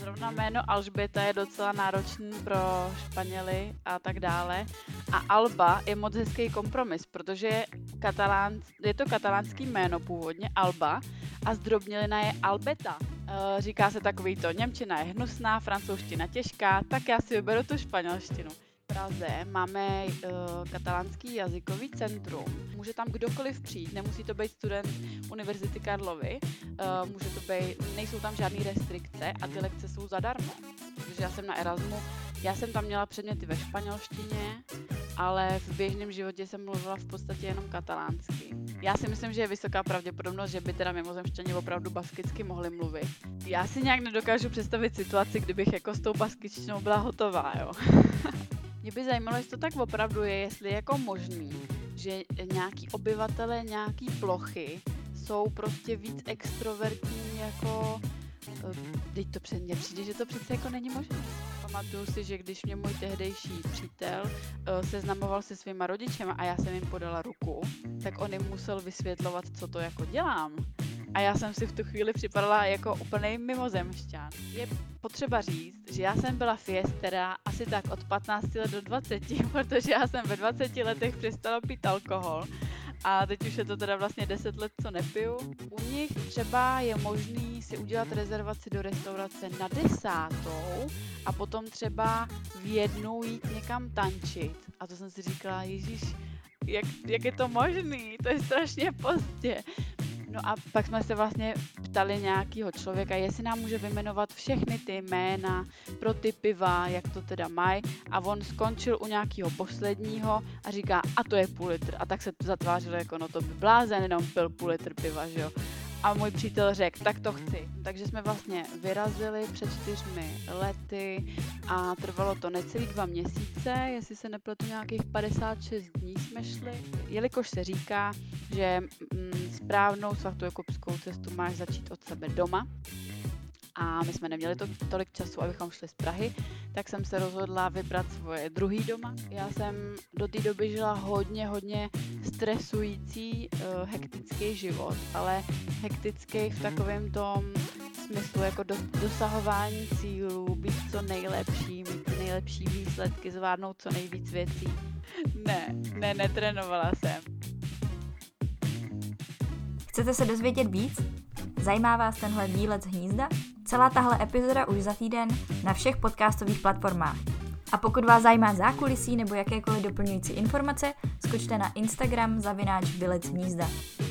Zrovna jméno Alžběta je docela náročný pro Španěly a tak dále. A Alba je moc hezký kompromis, protože je to katalánský jméno původně, Alba, a zdrobnělina je Albeta. Říká se takový to, němčina je hnusná, francouzština těžká, tak já si vyberu tu španělštinu. V Praze máme katalánský jazykový centrum. Může tam kdokoliv přijít, nemusí to být student Univerzity Karlovy, může to být, nejsou tam žádné restrikce a ty lekce jsou zadarmo. Protože já jsem na Erasmu, já jsem tam měla předměty ve španělštině, ale v běžném životě jsem mluvila v podstatě jenom katalánsky. Já si myslím, že je vysoká pravděpodobnost, že by teda mimozemšťani opravdu baskicky mohli mluvit. Já si nějak nedokážu představit situaci, kdybych jako s tou baskičtinou byla hotová, jo. Mě by zajímalo, jestli to tak opravdu je, jestli je jako možný, že nějaký obyvatele nějaký plochy jsou prostě víc extrovertní jako... Teď to před mě přijde, že to přece jako není možné. Pamatuju si, že když mě můj tehdejší přítel seznamoval se svýma rodičema a já jsem jim podala ruku, tak on jim musel vysvětlovat, co to jako dělám. A já jsem si v tu chvíli připadala jako úplnej mimozemšťan. Je potřeba říct, že já jsem byla fiestera asi tak od 15 let do 20, protože já jsem ve 20 letech přestala pít alkohol. A teď už je to teda vlastně 10 let, co nepiju. U nich třeba je možný si udělat rezervaci do restaurace na 10. a potom třeba v 1 jít někam tančit. A to jsem si říkala, ježíš, jak je to možný? To je strašně pozdě. No a pak jsme se vlastně ptali nějakého člověka, jestli nám může vyjmenovat všechny ty jména pro ty piva, jak to teda mají. A on skončil u nějakého posledního a říká, a to je půl litr. A tak se zatvářilo jako, no to by blázen, jenom pil půl litr piva, že jo. A můj přítel řekl, tak to chci. Takže jsme vlastně vyrazili před 4 lety a trvalo to necelý 2 měsíce, jestli se nepletu nějakých 56 dní jsme šli. Jelikož se říká, že správnou svatojakubskou cestu máš začít od sebe doma, a my jsme neměli tolik času, abychom šli z Prahy, tak jsem se rozhodla vybrat svoje druhý doma. Já jsem do té doby žila hodně stresující, hektický život, ale hektický v takovém tom smyslu jako dosahování cílů, být co nejlepší, mít ty nejlepší výsledky, zvládnout co nejvíc věcí. Netrénovala jsem. Chcete se dozvědět víc? Zajímá vás tenhle výlet z hnízda? Celá tahle epizoda už za týden na všech podcastových platformách. A pokud vás zajímá zákulisí nebo jakékoliv doplňující informace, skočte na Instagram @výlet z hnízda.